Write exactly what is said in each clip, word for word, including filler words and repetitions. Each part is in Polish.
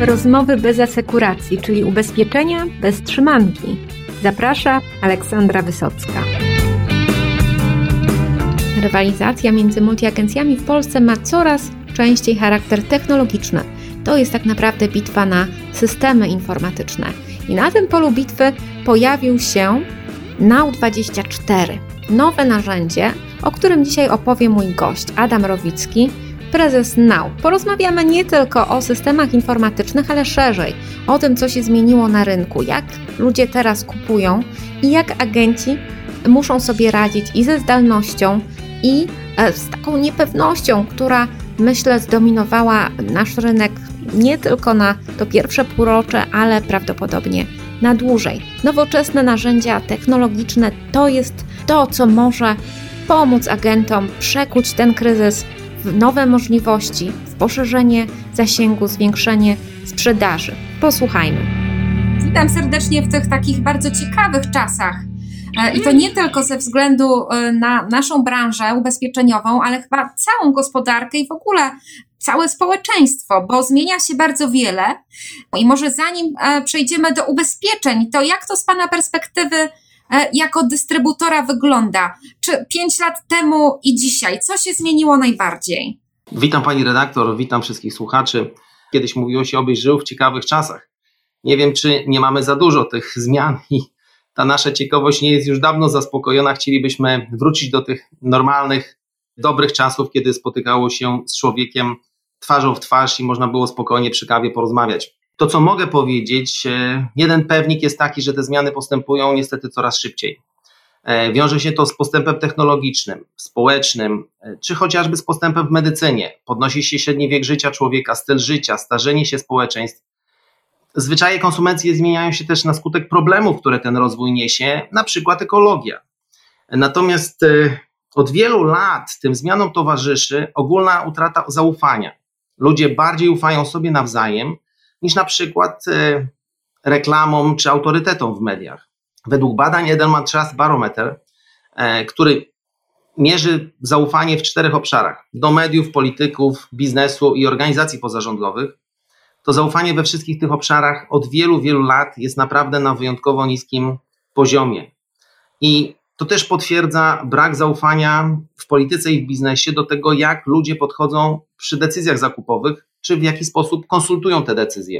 Rozmowy bez asekuracji, czyli ubezpieczenia bez trzymanki. Zaprasza Aleksandra Wysocka. Rywalizacja między multiagencjami w Polsce ma coraz częściej charakter technologiczny. To jest tak naprawdę bitwa na systemy informatyczne. I na tym polu bitwy pojawił się Now dwadzieścia cztery. Nowe narzędzie, o którym dzisiaj opowie mój gość Adam Rowicki, prezes Now. Porozmawiamy nie tylko o systemach informatycznych, ale szerzej o tym, co się zmieniło na rynku, jak ludzie teraz kupują i jak agenci muszą sobie radzić i ze zdalnością, i z taką niepewnością, która, myślę, zdominowała nasz rynek nie tylko na to pierwsze półrocze, ale prawdopodobnie na dłużej. Nowoczesne narzędzia technologiczne to jest to, co może pomóc agentom przekuć ten kryzys w nowe możliwości, w poszerzenie zasięgu, zwiększenie sprzedaży. Posłuchajmy. Witam serdecznie w tych takich bardzo ciekawych czasach. I to nie tylko ze względu na naszą branżę ubezpieczeniową, ale chyba całą gospodarkę i w ogóle całe społeczeństwo, bo zmienia się bardzo wiele. I może zanim przejdziemy do ubezpieczeń, to jak to z Pana perspektywy jako dystrybutora wygląda? Czy pięć lat temu i dzisiaj? Co się zmieniło najbardziej? Witam Pani redaktor, witam wszystkich słuchaczy. Kiedyś mówiło się, obyś żył w ciekawych czasach. Nie wiem, czy nie mamy za dużo tych zmian i ta nasza ciekawość nie jest już dawno zaspokojona. Chcielibyśmy wrócić do tych normalnych, dobrych czasów, kiedy spotykało się z człowiekiem twarzą w twarz i można było spokojnie przy kawie porozmawiać. To, co mogę powiedzieć, jeden pewnik jest taki, że te zmiany postępują niestety coraz szybciej. Wiąże się to z postępem technologicznym, społecznym, czy chociażby z postępem w medycynie. Podnosi się średni wiek życia człowieka, styl życia, starzenie się społeczeństw. Zwyczaje konsumenckie zmieniają się też na skutek problemów, które ten rozwój niesie, na przykład ekologia. Natomiast od wielu lat tym zmianom towarzyszy ogólna utrata zaufania. Ludzie bardziej ufają sobie nawzajem niż na przykład reklamom czy autorytetom w mediach. Według badań Edelman Trust Barometer, który mierzy zaufanie w czterech obszarach: do mediów, polityków, biznesu i organizacji pozarządowych, to zaufanie we wszystkich tych obszarach od wielu, wielu lat jest naprawdę na wyjątkowo niskim poziomie. I to też potwierdza brak zaufania w polityce i w biznesie do tego, jak ludzie podchodzą przy decyzjach zakupowych, czy w jaki sposób konsultują te decyzje.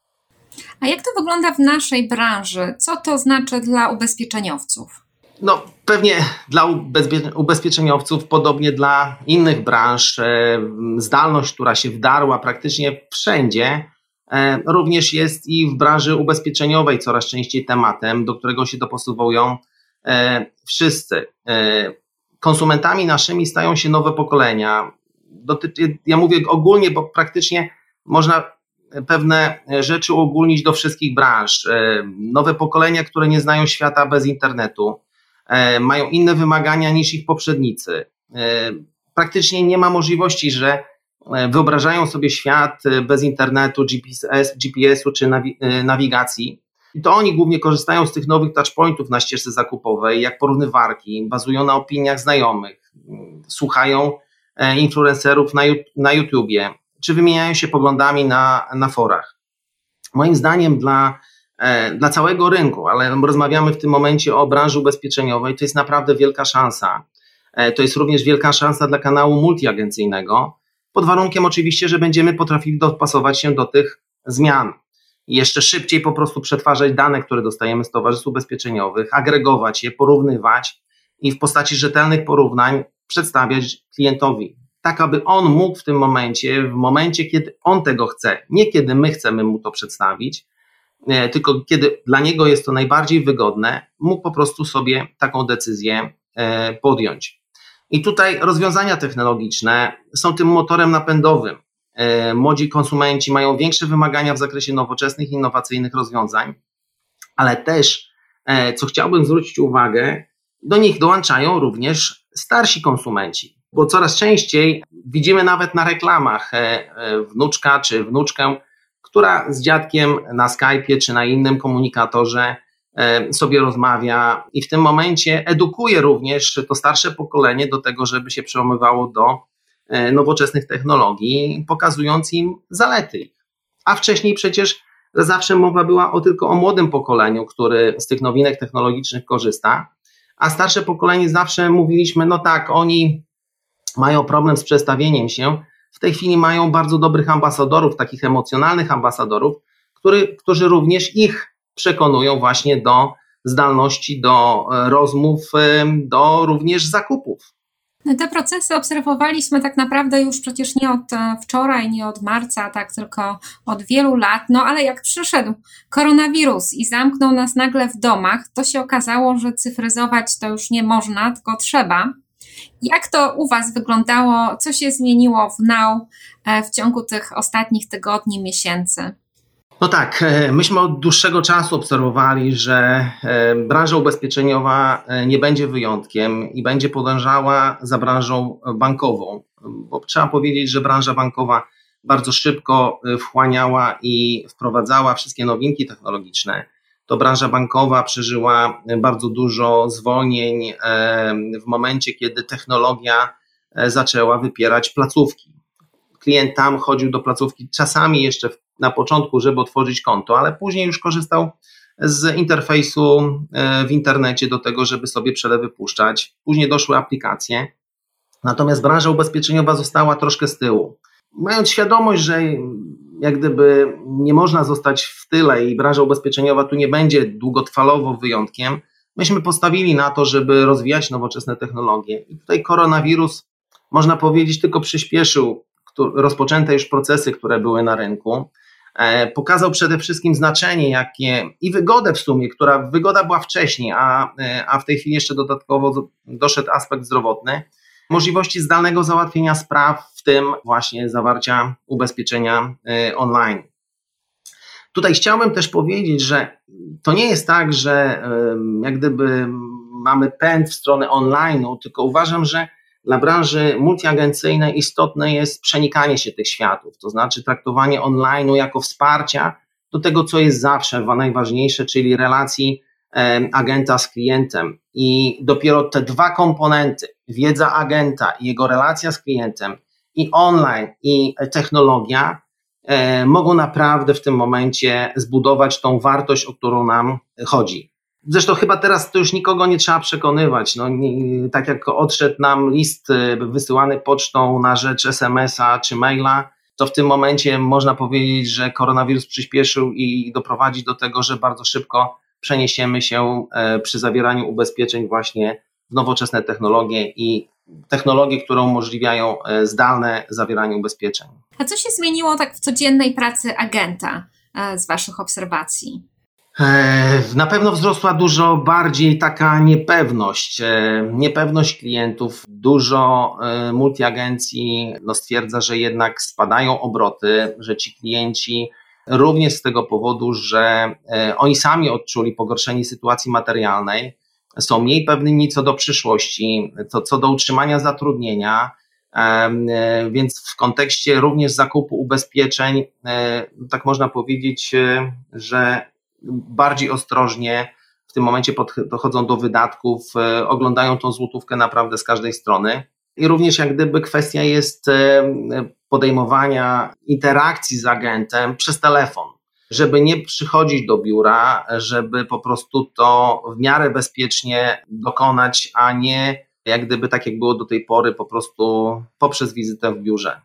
A jak to wygląda w naszej branży? Co to znaczy dla ubezpieczeniowców? No pewnie dla ubezpie- ubezpieczeniowców, podobnie dla innych branż, e, zdalność, która się wdarła praktycznie wszędzie, e, również jest i w branży ubezpieczeniowej coraz częściej tematem, do którego się dopasowują e, wszyscy. E, konsumentami naszymi stają się nowe pokolenia. Dotyczy, ja mówię ogólnie, bo praktycznie można pewne rzeczy uogólnić do wszystkich branż. E, nowe pokolenia, które nie znają świata bez internetu, mają inne wymagania niż ich poprzednicy. Praktycznie nie ma możliwości, że wyobrażają sobie świat bez internetu, G P S, G P S-u czy nawigacji. I to oni głównie korzystają z tych nowych touchpointów na ścieżce zakupowej, jak porównywarki, bazują na opiniach znajomych, słuchają influencerów na, na YouTubie, czy wymieniają się poglądami na, na forach. Moim zdaniem dla Dla całego rynku, ale rozmawiamy w tym momencie o branży ubezpieczeniowej, to jest naprawdę wielka szansa. To jest również wielka szansa dla kanału multiagencyjnego, pod warunkiem oczywiście, że będziemy potrafili dopasować się do tych zmian. I jeszcze szybciej po prostu przetwarzać dane, które dostajemy z towarzystw ubezpieczeniowych, agregować je, porównywać i w postaci rzetelnych porównań przedstawiać klientowi. Tak, aby on mógł w tym momencie, w momencie, kiedy on tego chce, nie kiedy my chcemy mu to przedstawić, tylko kiedy dla niego jest to najbardziej wygodne, mógł po prostu sobie taką decyzję podjąć. I tutaj rozwiązania technologiczne są tym motorem napędowym. Młodzi konsumenci mają większe wymagania w zakresie nowoczesnych, innowacyjnych rozwiązań, ale też, co chciałbym zwrócić uwagę, do nich dołączają również starsi konsumenci, bo coraz częściej widzimy nawet na reklamach wnuczka czy wnuczkę, która z dziadkiem na Skype'ie czy na innym komunikatorze sobie rozmawia i w tym momencie edukuje również to starsze pokolenie do tego, żeby się przełamywało do nowoczesnych technologii, pokazując im zalety ich. A wcześniej przecież zawsze mowa była o, tylko o młodym pokoleniu, który z tych nowinek technologicznych korzysta, a starsze pokolenie zawsze mówiliśmy, no tak, oni mają problem z przestawieniem się. W tej chwili mają bardzo dobrych ambasadorów, takich emocjonalnych ambasadorów, który, którzy również ich przekonują właśnie do zdalności, do rozmów, do również zakupów. Te procesy obserwowaliśmy tak naprawdę już przecież nie od wczoraj, nie od marca, tak, tylko od wielu lat. No ale jak przyszedł koronawirus i zamknął nas nagle w domach, to się okazało, że cyfryzować to już nie można, tylko trzeba. Jak to u Was wyglądało? Co się zmieniło w Now w ciągu tych ostatnich tygodni, miesięcy? No tak, myśmy od dłuższego czasu obserwowali, że branża ubezpieczeniowa nie będzie wyjątkiem i będzie podążała za branżą bankową, bo trzeba powiedzieć, że branża bankowa bardzo szybko wchłaniała i wprowadzała wszystkie nowinki technologiczne. To branża bankowa przeżyła bardzo dużo zwolnień w momencie, kiedy technologia zaczęła wypierać placówki. Klient tam chodził do placówki czasami jeszcze na początku, żeby otworzyć konto, ale później już korzystał z interfejsu w internecie do tego, żeby sobie przelewy puszczać. Później doszły aplikacje. Natomiast branża ubezpieczeniowa została troszkę z tyłu. Mając świadomość, że jak gdyby nie można zostać w tyle i branża ubezpieczeniowa tu nie będzie długotrwalowo wyjątkiem, myśmy postawili na to, żeby rozwijać nowoczesne technologie. I tutaj koronawirus, można powiedzieć, tylko przyspieszył rozpoczęte już procesy, które były na rynku. Pokazał przede wszystkim znaczenie, jakie i wygodę w sumie, która wygoda była wcześniej, a, a w tej chwili jeszcze dodatkowo doszedł aspekt zdrowotny, możliwości zdalnego załatwienia spraw, w tym właśnie zawarcia ubezpieczenia online. Tutaj chciałbym też powiedzieć, że to nie jest tak, że jak gdyby mamy pęd w stronę online'u, tylko uważam, że dla branży multiagencyjnej istotne jest przenikanie się tych światów, to znaczy traktowanie online'u jako wsparcia do tego, co jest zawsze najważniejsze, czyli relacji agenta z klientem. I dopiero te dwa komponenty, wiedza agenta i jego relacja z klientem, i online, i technologia, mogą naprawdę w tym momencie zbudować tą wartość, o którą nam chodzi. Zresztą chyba teraz to już nikogo nie trzeba przekonywać. No, nie, tak jak odszedł nam list wysyłany pocztą na rzecz es em es a czy maila, to w tym momencie można powiedzieć, że koronawirus przyspieszył i doprowadzi do tego, że bardzo szybko przeniesiemy się przy zawieraniu ubezpieczeń właśnie w nowoczesne technologie i technologie, które umożliwiają zdalne zawieranie ubezpieczeń. A co się zmieniło tak w codziennej pracy agenta z Waszych obserwacji? Na pewno wzrosła dużo bardziej taka niepewność, niepewność klientów. Dużo multiagencji no, stwierdza, że jednak spadają obroty, że ci klienci również z tego powodu, że oni sami odczuli pogorszenie sytuacji materialnej, są mniej pewnymi co do przyszłości, to co do utrzymania zatrudnienia, więc w kontekście również zakupu ubezpieczeń, tak można powiedzieć, że bardziej ostrożnie w tym momencie podchodzą do wydatków, oglądają tą złotówkę naprawdę z każdej strony. I również jak gdyby kwestia jest podejmowania interakcji z agentem przez telefon, żeby nie przychodzić do biura, żeby po prostu to w miarę bezpiecznie dokonać, a nie jak gdyby tak jak było do tej pory po prostu poprzez wizytę w biurze.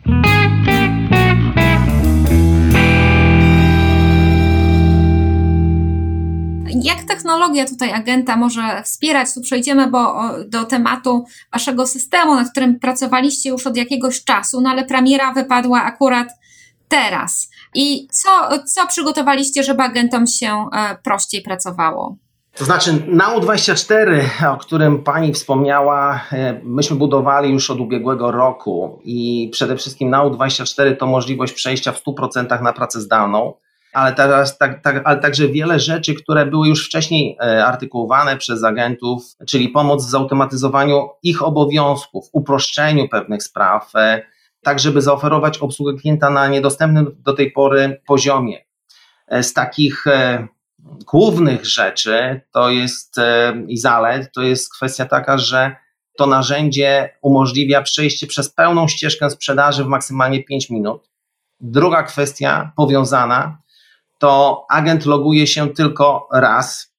Jak technologia tutaj agenta może wspierać? Tu przejdziemy bo, do tematu Waszego systemu, nad którym pracowaliście już od jakiegoś czasu, no ale premiera wypadła akurat teraz. I co, co przygotowaliście, żeby agentom się prościej pracowało? To znaczy Now dwadzieścia cztery, o którym Pani wspomniała, myśmy budowali już od ubiegłego roku i przede wszystkim Now dwadzieścia cztery to możliwość przejścia w stu procentach na pracę zdalną. Ale, teraz, tak, tak, ale także wiele rzeczy, które były już wcześniej artykułowane przez agentów, czyli pomoc w zautomatyzowaniu ich obowiązków, uproszczeniu pewnych spraw, tak żeby zaoferować obsługę klienta na niedostępnym do tej pory poziomie. Z takich głównych rzeczy to jest i zalet, to jest kwestia taka, że to narzędzie umożliwia przejście przez pełną ścieżkę sprzedaży w maksymalnie pięć minut. Druga kwestia powiązana, to agent loguje się tylko raz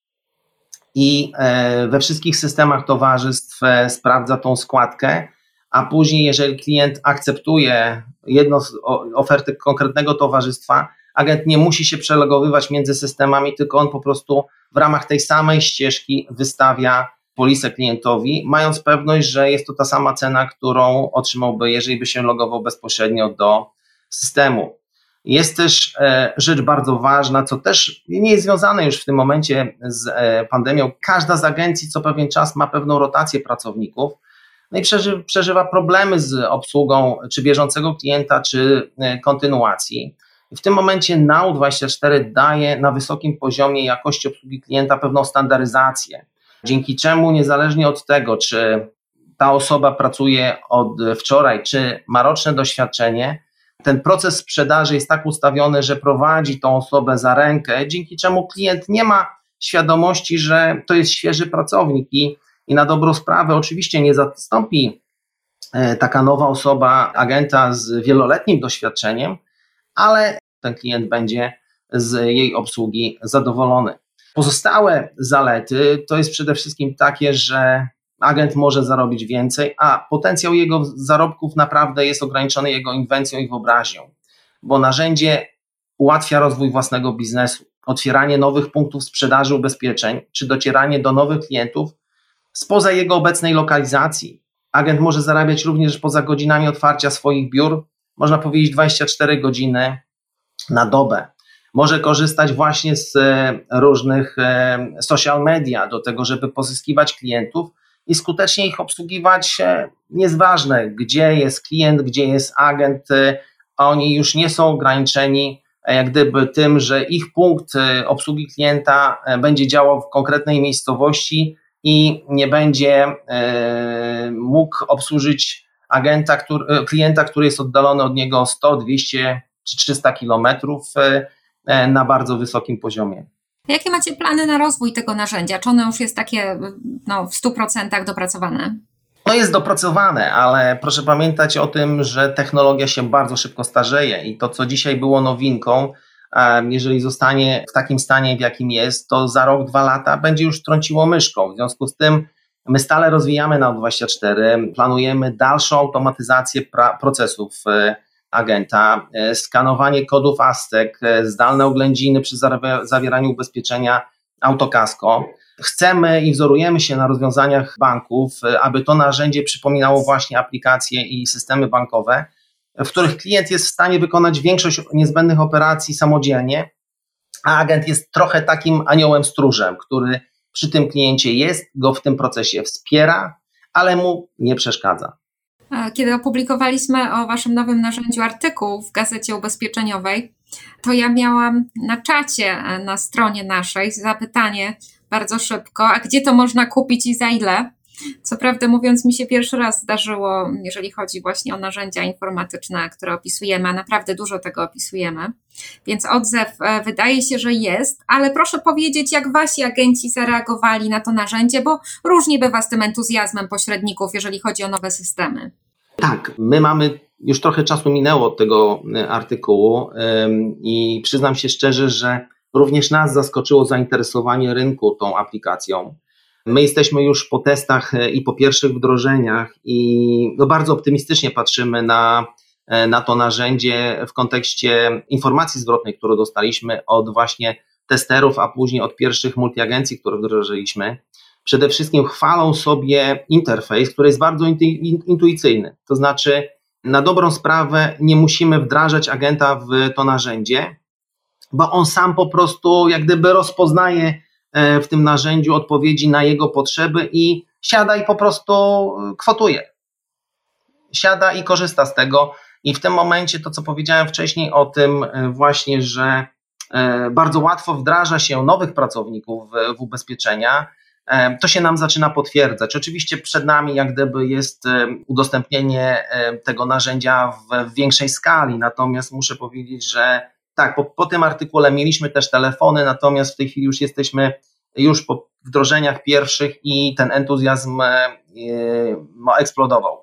i we wszystkich systemach towarzystw sprawdza tą składkę, a później, jeżeli klient akceptuje jedną z oferty konkretnego towarzystwa, agent nie musi się przelogowywać między systemami, tylko on po prostu w ramach tej samej ścieżki wystawia polisę klientowi, mając pewność, że jest to ta sama cena, którą otrzymałby, jeżeli by się logował bezpośrednio do systemu. Jest też e, rzecz bardzo ważna, co też nie jest związane już w tym momencie z e, pandemią. Każda z agencji co pewien czas ma pewną rotację pracowników, no i przeżywa, przeżywa problemy z obsługą czy bieżącego klienta, czy e, kontynuacji. W tym momencie N A U dwadzieścia cztery daje na wysokim poziomie jakości obsługi klienta pewną standaryzację, dzięki czemu niezależnie od tego, czy ta osoba pracuje od wczoraj, czy ma roczne doświadczenie, ten proces sprzedaży jest tak ustawiony, że prowadzi tą osobę za rękę, dzięki czemu klient nie ma świadomości, że to jest świeży pracownik i, i na dobrą sprawę oczywiście nie zastąpi taka nowa osoba agenta z wieloletnim doświadczeniem, ale ten klient będzie z jej obsługi zadowolony. Pozostałe zalety to jest przede wszystkim takie, że agent może zarobić więcej, a potencjał jego zarobków naprawdę jest ograniczony jego inwencją i wyobraźnią, bo narzędzie ułatwia rozwój własnego biznesu, otwieranie nowych punktów sprzedaży ubezpieczeń, czy docieranie do nowych klientów spoza jego obecnej lokalizacji. Agent może zarabiać również poza godzinami otwarcia swoich biur, można powiedzieć dwadzieścia cztery godziny na dobę. Może korzystać właśnie z różnych social media do tego, żeby pozyskiwać klientów i skutecznie ich obsługiwać. Nie jest ważne, gdzie jest klient, gdzie jest agent, oni już nie są ograniczeni jak gdyby tym, że ich punkt obsługi klienta będzie działał w konkretnej miejscowości i nie będzie mógł obsłużyć agenta, który, klienta, który jest oddalony od niego sto, dwieście czy trzysta kilometrów na bardzo wysokim poziomie. Jakie macie plany na rozwój tego narzędzia? Czy ono już jest takie no, w stu procentach dopracowane? No jest dopracowane, ale proszę pamiętać o tym, że technologia się bardzo szybko starzeje i to, co dzisiaj było nowinką, jeżeli zostanie w takim stanie, w jakim jest, to za rok, dwa lata będzie już trąciło myszką. W związku z tym my stale rozwijamy N A U dwadzieścia cztery, planujemy dalszą automatyzację pra- procesów agenta, skanowanie kodów ASTEC, zdalne oględziny przy zawieraniu ubezpieczenia autokasko. Chcemy i wzorujemy się na rozwiązaniach banków, aby to narzędzie przypominało właśnie aplikacje i systemy bankowe, w których klient jest w stanie wykonać większość niezbędnych operacji samodzielnie, a agent jest trochę takim aniołem stróżem, który przy tym kliencie jest, go w tym procesie wspiera, ale mu nie przeszkadza. Kiedy opublikowaliśmy o waszym nowym narzędziu artykuł w Gazecie Ubezpieczeniowej, to ja miałam na czacie na stronie naszej zapytanie bardzo szybko, a gdzie to można kupić i za ile? Co prawdę mówiąc, mi się pierwszy raz zdarzyło, jeżeli chodzi właśnie o narzędzia informatyczne, które opisujemy, a naprawdę dużo tego opisujemy, więc odzew wydaje się, że jest, ale proszę powiedzieć, jak wasi agenci zareagowali na to narzędzie, bo różnie bywa z tym entuzjazmem pośredników, jeżeli chodzi o nowe systemy. Tak, my mamy, już trochę czasu minęło od tego artykułu i przyznam się szczerze, że również nas zaskoczyło zainteresowanie rynku tą aplikacją. My jesteśmy już po testach i po pierwszych wdrożeniach i no bardzo optymistycznie patrzymy na, na to narzędzie w kontekście informacji zwrotnej, którą dostaliśmy od właśnie testerów, a później od pierwszych multiagencji, które wdrożyliśmy. Przede wszystkim chwalą sobie interfejs, który jest bardzo intuicyjny. To znaczy na dobrą sprawę nie musimy wdrażać agenta w to narzędzie, bo on sam po prostu jak gdyby rozpoznaje w tym narzędziu odpowiedzi na jego potrzeby i siada i po prostu kwotuje. Siada i korzysta z tego i w tym momencie to, co powiedziałem wcześniej o tym właśnie, że bardzo łatwo wdraża się nowych pracowników w ubezpieczenia, to się nam zaczyna potwierdzać. Oczywiście przed nami jak gdyby jest udostępnienie tego narzędzia w większej skali, natomiast muszę powiedzieć, że tak, po, po tym artykule mieliśmy też telefony, natomiast w tej chwili już jesteśmy już po wdrożeniach pierwszych i ten entuzjazm e, no, eksplodował.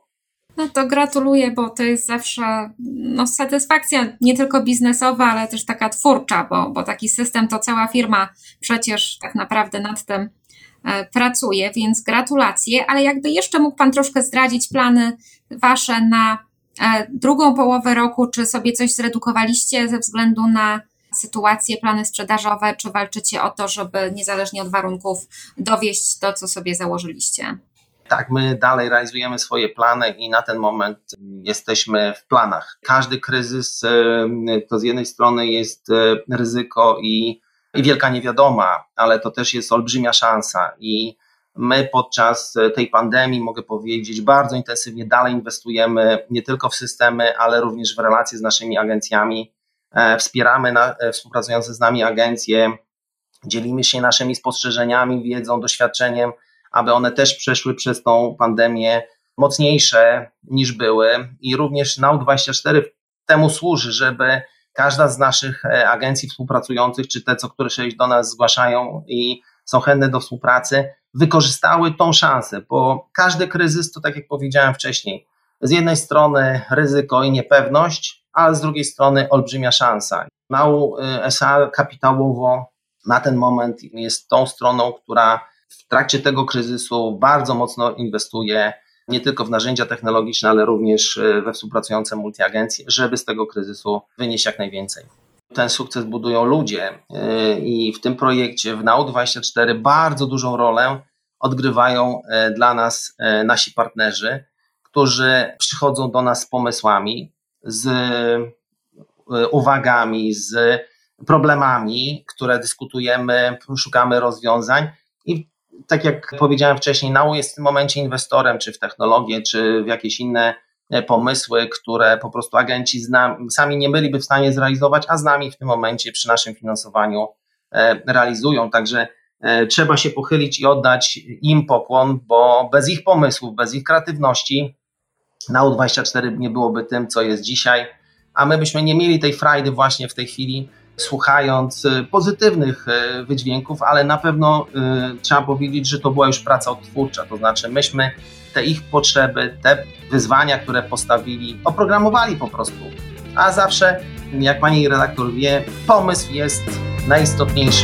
No to gratuluję, bo to jest zawsze no, satysfakcja nie tylko biznesowa, ale też taka twórcza, bo, bo taki system to cała firma przecież tak naprawdę nad tym e, pracuje, więc gratulacje, ale jakby jeszcze mógł Pan troszkę zdradzić plany Wasze na e, drugą połowę roku, czy sobie coś zredukowaliście ze względu na sytuacje, plany sprzedażowe, czy walczycie o to, żeby niezależnie od warunków dowieść to, co sobie założyliście? Tak, my dalej realizujemy swoje plany i na ten moment jesteśmy w planach. Każdy kryzys to z jednej strony jest ryzyko i, i wielka niewiadoma, ale to też jest olbrzymia szansa i my podczas tej pandemii, mogę powiedzieć, bardzo intensywnie dalej inwestujemy nie tylko w systemy, ale również w relacje z naszymi agencjami. Wspieramy na, współpracujące z nami agencje, dzielimy się naszymi spostrzeżeniami, wiedzą, doświadczeniem, aby one też przeszły przez tą pandemię mocniejsze niż były i również N A U dwadzieścia cztery temu służy, żeby każda z naszych agencji współpracujących, czy te, co które się do nas zgłaszają i są chętne do współpracy, wykorzystały tą szansę, bo każdy kryzys to, tak jak powiedziałem wcześniej, z jednej strony ryzyko i niepewność, a z drugiej strony olbrzymia szansa. N A U S A kapitałowo na ten moment jest tą stroną, która w trakcie tego kryzysu bardzo mocno inwestuje nie tylko w narzędzia technologiczne, ale również we współpracujące multiagencje, żeby z tego kryzysu wynieść jak najwięcej. Ten sukces budują ludzie i w tym projekcie w N A U dwadzieścia cztery bardzo dużą rolę odgrywają dla nas nasi partnerzy, którzy przychodzą do nas z pomysłami, z uwagami, z problemami, które dyskutujemy, szukamy rozwiązań i tak jak powiedziałem wcześniej, N A U jest w tym momencie inwestorem, czy w technologię, czy w jakieś inne pomysły, które po prostu agenci z nami, sami nie byliby w stanie zrealizować, a z nami w tym momencie przy naszym finansowaniu realizują. Także trzeba się pochylić i oddać im pokłon, bo bez ich pomysłów, bez ich kreatywności N A U dwadzieścia cztery nie byłoby tym, co jest dzisiaj, a my byśmy nie mieli tej frajdy właśnie w tej chwili, słuchając pozytywnych wydźwięków, ale na pewno y, trzeba powiedzieć, że to była już praca odtwórcza, to znaczy myśmy te ich potrzeby, te wyzwania, które postawili, oprogramowali po prostu, a zawsze, jak pani redaktor wie, pomysł jest najistotniejszy.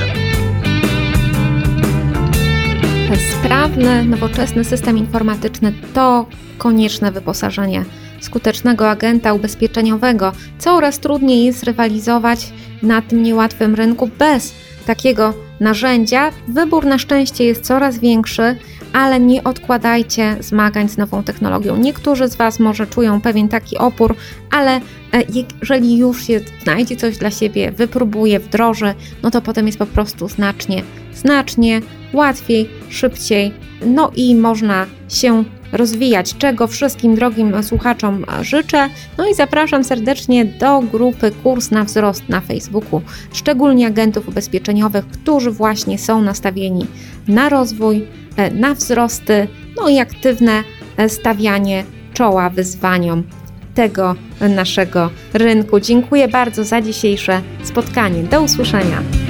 Sprawny, nowoczesny system informatyczny to konieczne wyposażenie skutecznego agenta ubezpieczeniowego. Coraz trudniej jest rywalizować na tym niełatwym rynku bez takiego narzędzia. Wybór na szczęście jest coraz większy, ale nie odkładajcie zmagań z nową technologią. Niektórzy z Was może czują pewien taki opór, ale jeżeli już się znajdzie coś dla siebie, wypróbuje, wdroży, no to potem jest po prostu znacznie, znacznie łatwiej, szybciej, no i można się rozwijać, czego wszystkim drogim słuchaczom życzę. No i zapraszam serdecznie do grupy Kurs na Wzrost na Facebooku, szczególnie agentów ubezpieczeniowych, którzy właśnie są nastawieni na rozwój, na wzrosty, no i aktywne stawianie czoła wyzwaniom tego naszego rynku. Dziękuję bardzo za dzisiejsze spotkanie. Do usłyszenia.